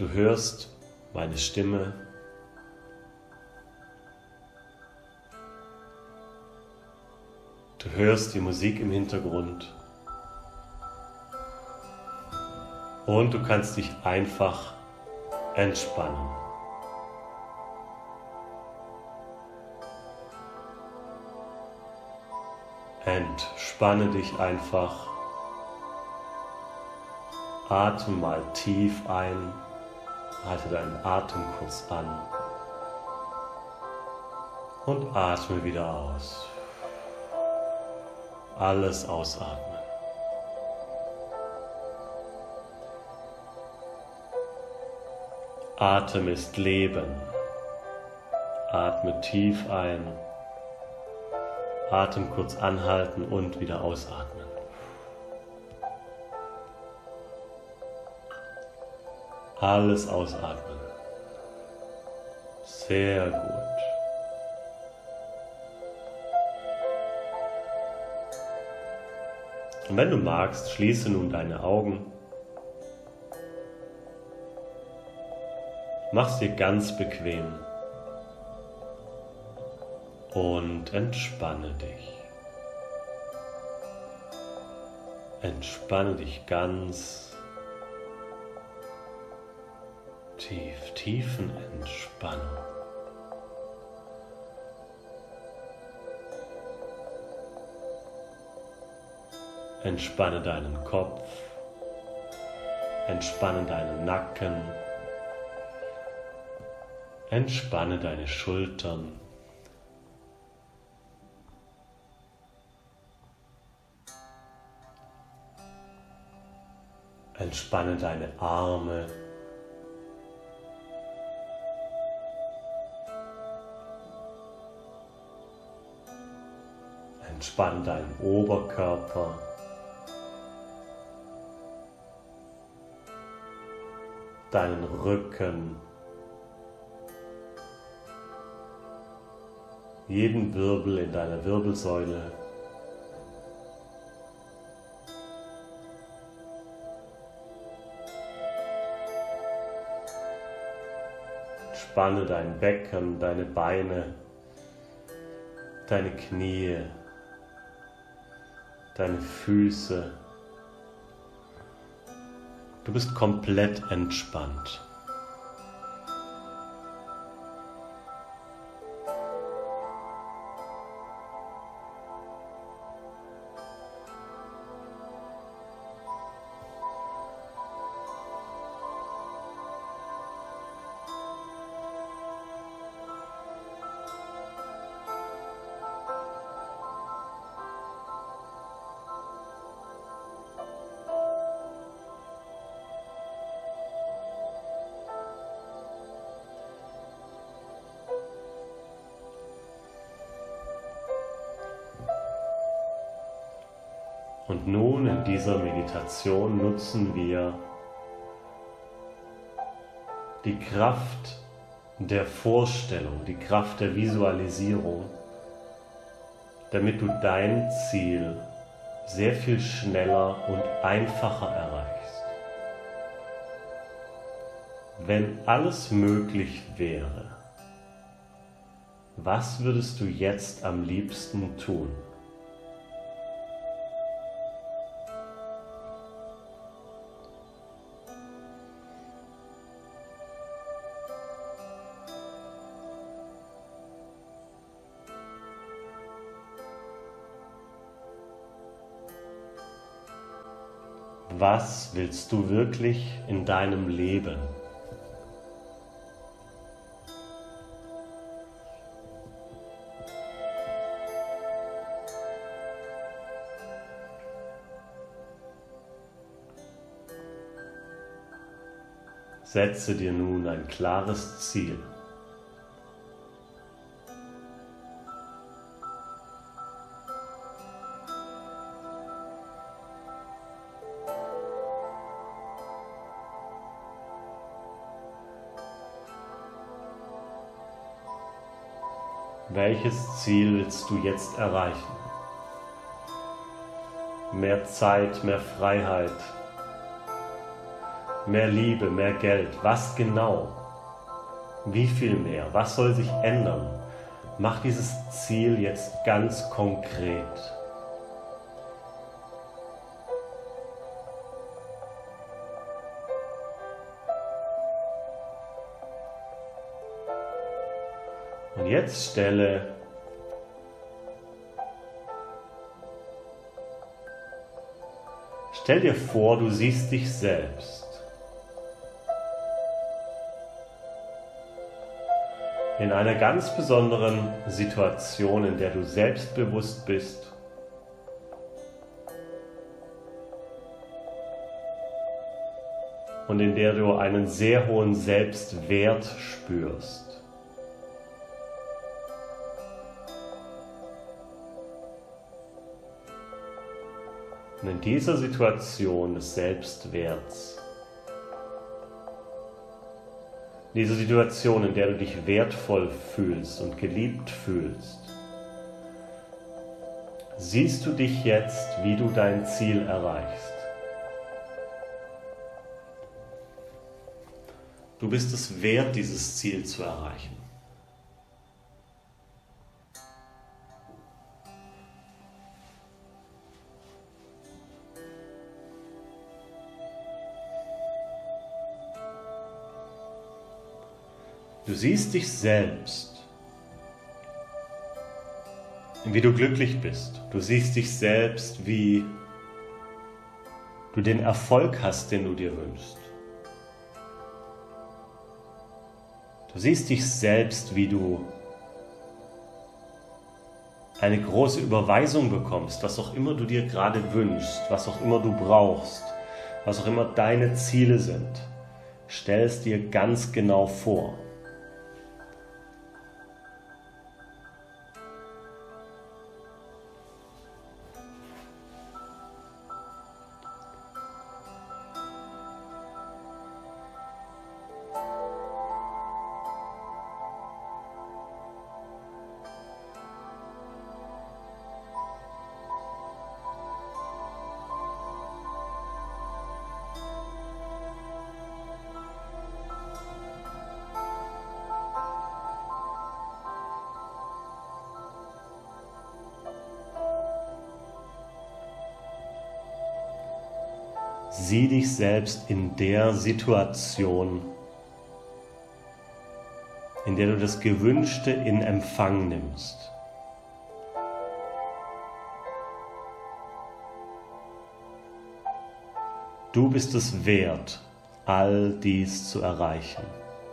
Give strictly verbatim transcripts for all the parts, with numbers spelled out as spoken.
Du hörst meine Stimme. Du hörst die Musik im Hintergrund. Und du kannst dich einfach entspannen. Entspanne dich einfach. Atme mal tief ein. Halte deinen Atem kurz an. Und atme wieder aus. Alles ausatmen. Atem ist Leben. Atme tief ein. Atem kurz anhalten und wieder ausatmen. Alles ausatmen. Sehr gut. Und wenn du magst, schließe nun deine Augen. Mach's dir ganz bequem. Und entspanne dich. Entspanne dich ganz tief, tiefen Entspannung. Entspanne deinen Kopf, entspanne deinen Nacken, entspanne deine Schultern. Entspanne deine Arme. Entspanne deinen Oberkörper. Deinen Rücken. Jeden Wirbel in deiner Wirbelsäule. Entspanne dein Becken, deine Beine, deine Knie, deine Füße. Du bist komplett entspannt. Und nun in dieser Meditation nutzen wir die Kraft der Vorstellung, die Kraft der Visualisierung, damit du dein Ziel sehr viel schneller und einfacher erreichst. Wenn alles möglich wäre, was würdest du jetzt am liebsten tun? Was willst du wirklich in deinem Leben? Setze dir nun ein klares Ziel. Welches Ziel willst du jetzt erreichen? Mehr Zeit, mehr Freiheit, mehr Liebe, mehr Geld. Was genau? Wie viel mehr? Was soll sich ändern? Mach dieses Ziel jetzt ganz konkret. Und jetzt stelle Stell dir vor, du siehst dich selbst in einer ganz besonderen Situation, in der du selbstbewusst bist und in der du einen sehr hohen Selbstwert spürst. Und in dieser Situation des Selbstwerts, diese Situation, in der du dich wertvoll fühlst und geliebt fühlst, siehst du dich jetzt, wie du dein Ziel erreichst. Du bist es wert, dieses Ziel zu erreichen. Du siehst dich selbst, wie du glücklich bist. Du siehst dich selbst, wie du den Erfolg hast, den du dir wünschst. Du siehst dich selbst, wie du eine große Überweisung bekommst, was auch immer du dir gerade wünschst, was auch immer du brauchst, was auch immer deine Ziele sind. Stell es dir ganz genau vor. Sieh dich selbst in der Situation, in der du das Gewünschte in Empfang nimmst. Du bist es wert, all dies zu erreichen.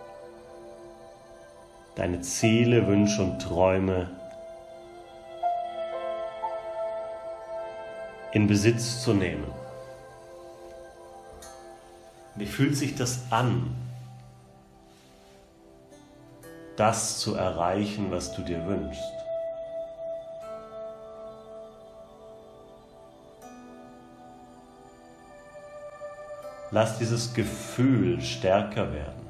Deine Ziele, Wünsche und Träume in Besitz zu nehmen. Wie fühlt sich das an, das zu erreichen, was du dir wünschst? Lass dieses Gefühl stärker werden.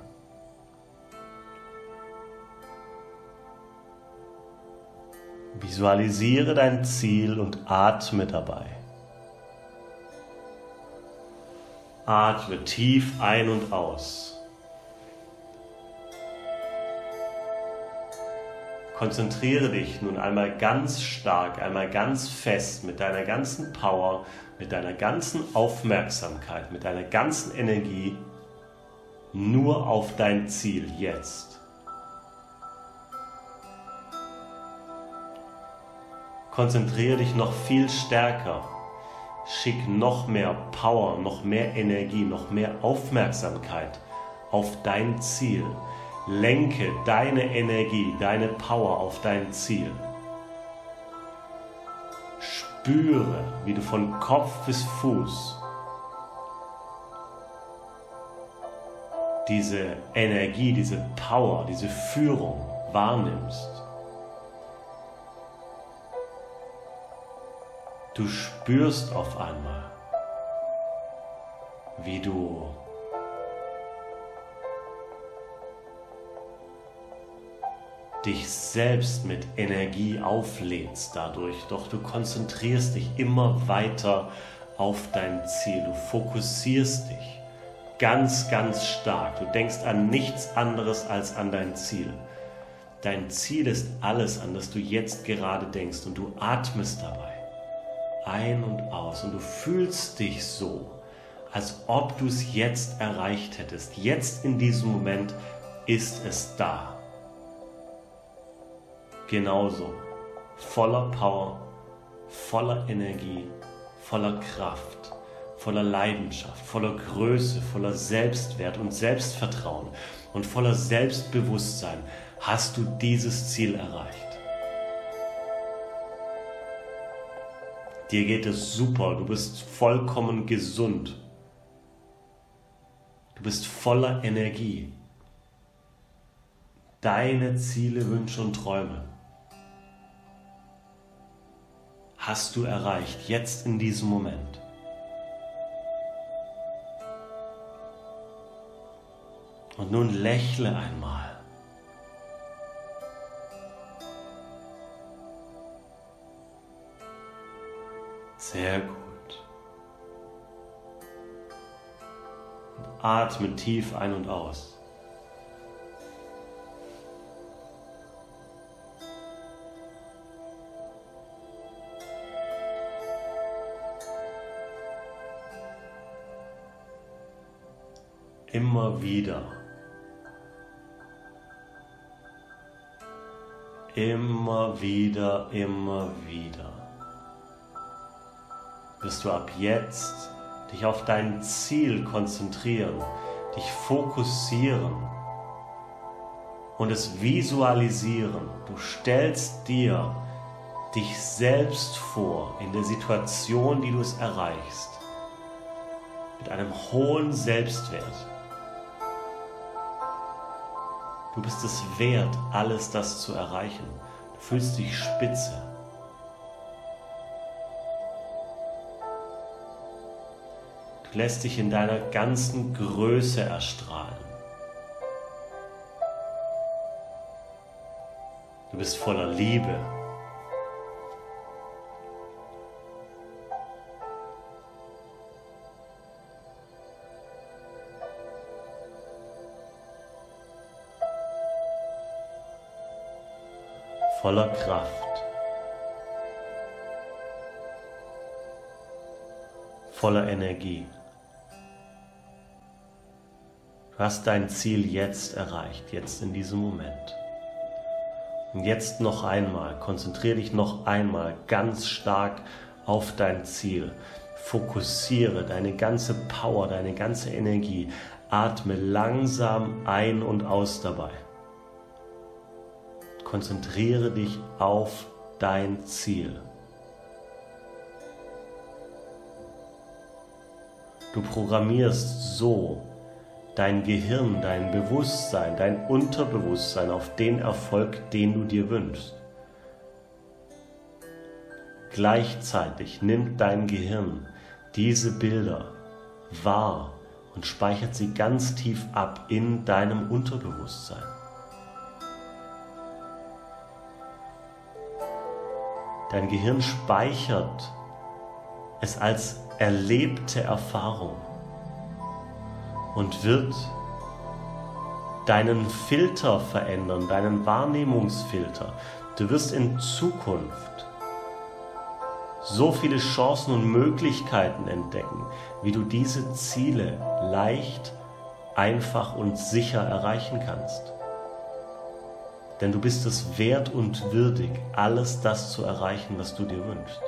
Visualisiere dein Ziel und atme dabei. Atme tief ein und aus. Konzentriere dich nun einmal ganz stark, einmal ganz fest mit deiner ganzen Power, mit deiner ganzen Aufmerksamkeit, mit deiner ganzen Energie nur auf dein Ziel jetzt. Konzentriere dich noch viel stärker. Schick noch mehr Power, noch mehr Energie, noch mehr Aufmerksamkeit auf dein Ziel. Lenke deine Energie, deine Power auf dein Ziel. Spüre, wie du von Kopf bis Fuß diese Energie, diese Power, diese Führung wahrnimmst. Du spürst auf einmal, wie du dich selbst mit Energie auflädst dadurch, doch du konzentrierst dich immer weiter auf dein Ziel, du fokussierst dich ganz, ganz stark. Du denkst an nichts anderes als an dein Ziel. Dein Ziel ist alles, an das du jetzt gerade denkst, und du atmest dabei ein und aus und du fühlst dich so, als ob du es jetzt erreicht hättest. Jetzt in diesem Moment ist es da. Genauso, voller Power, voller Energie, voller Kraft, voller Leidenschaft, voller Größe, voller Selbstwert und Selbstvertrauen und voller Selbstbewusstsein hast du dieses Ziel erreicht. Dir geht es super, du bist vollkommen gesund. Du bist voller Energie. Deine Ziele, Wünsche und Träume hast du erreicht, jetzt in diesem Moment. Und nun lächle einmal. Sehr gut. Und atme tief ein und aus. Immer wieder. Immer wieder, immer wieder wirst du ab jetzt dich auf dein Ziel konzentrieren, dich fokussieren und es visualisieren. Du stellst dir dich selbst vor in der Situation, die du es erreichst, mit einem hohen Selbstwert. Du bist es wert, alles das zu erreichen. Du fühlst dich spitze. Du lässt dich in deiner ganzen Größe erstrahlen. Du bist voller Liebe. Voller Kraft. Voller Energie. Du hast dein Ziel jetzt erreicht, jetzt in diesem Moment. Und jetzt noch einmal, konzentriere dich noch einmal ganz stark auf dein Ziel. Fokussiere deine ganze Power, deine ganze Energie. Atme langsam ein und aus dabei. Konzentriere dich auf dein Ziel. Du programmierst so dein Gehirn, dein Bewusstsein, dein Unterbewusstsein auf den Erfolg, den du dir wünschst. Gleichzeitig nimmt dein Gehirn diese Bilder wahr und speichert sie ganz tief ab in deinem Unterbewusstsein. Dein Gehirn speichert es als erlebte Erfahrung und wird deinen Filter verändern, deinen Wahrnehmungsfilter. Du wirst in Zukunft so viele Chancen und Möglichkeiten entdecken, wie du diese Ziele leicht, einfach und sicher erreichen kannst. Denn du bist es wert und würdig, alles das zu erreichen, was du dir wünschst.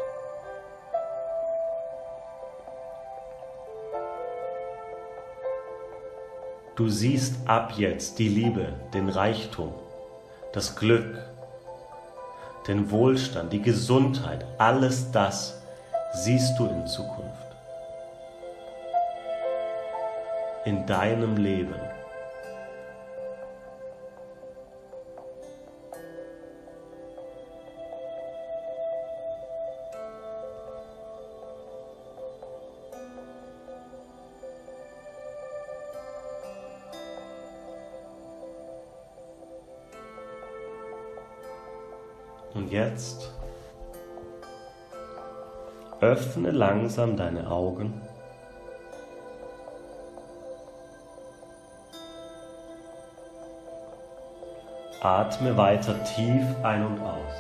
Du siehst ab jetzt die Liebe, den Reichtum, das Glück, den Wohlstand, die Gesundheit, alles das siehst du in Zukunft. In deinem Leben. Und jetzt öffne langsam deine Augen Atme weiter tief ein und aus.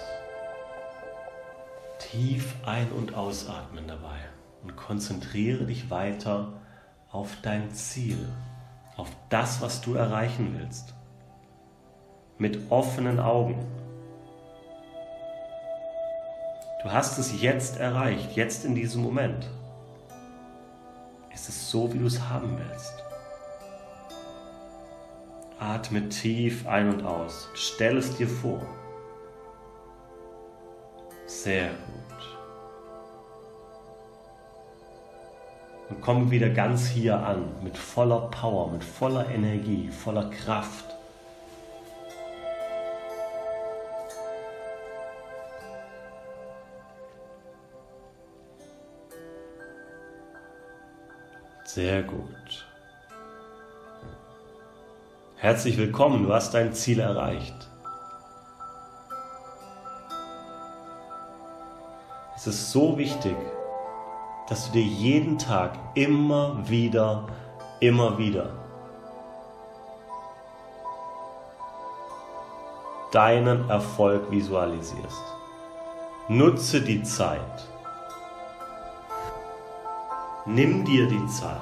Tief ein- und ausatmen dabei und konzentriere dich weiter auf dein Ziel, auf das, was du erreichen willst. Mit offenen Augen. Du hast es jetzt erreicht, jetzt in diesem Moment. Es ist so, wie du es haben willst. Atme tief ein und aus. Stell es dir vor. Sehr gut. Und komm wieder ganz hier an, mit voller Power, mit voller Energie, voller Kraft. Sehr gut. Herzlich willkommen, du hast dein Ziel erreicht. Es ist so wichtig, dass du dir jeden Tag immer wieder, immer wieder deinen Erfolg visualisierst. Nutze die Zeit. Nimm dir die Zeit.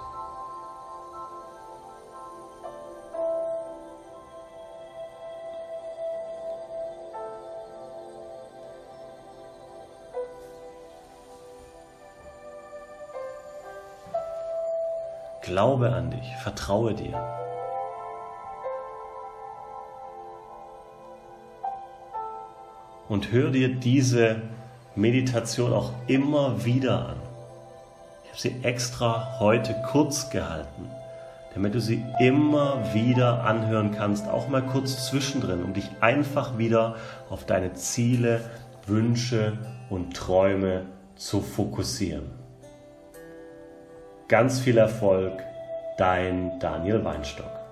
Glaube an dich, vertraue dir. Und hör dir diese Meditation auch immer wieder an. Ich habe sie extra heute kurz gehalten, damit du sie immer wieder anhören kannst, auch mal kurz zwischendrin, um dich einfach wieder auf deine Ziele, Wünsche und Träume zu fokussieren. Ganz viel Erfolg, dein Daniel Weinstock.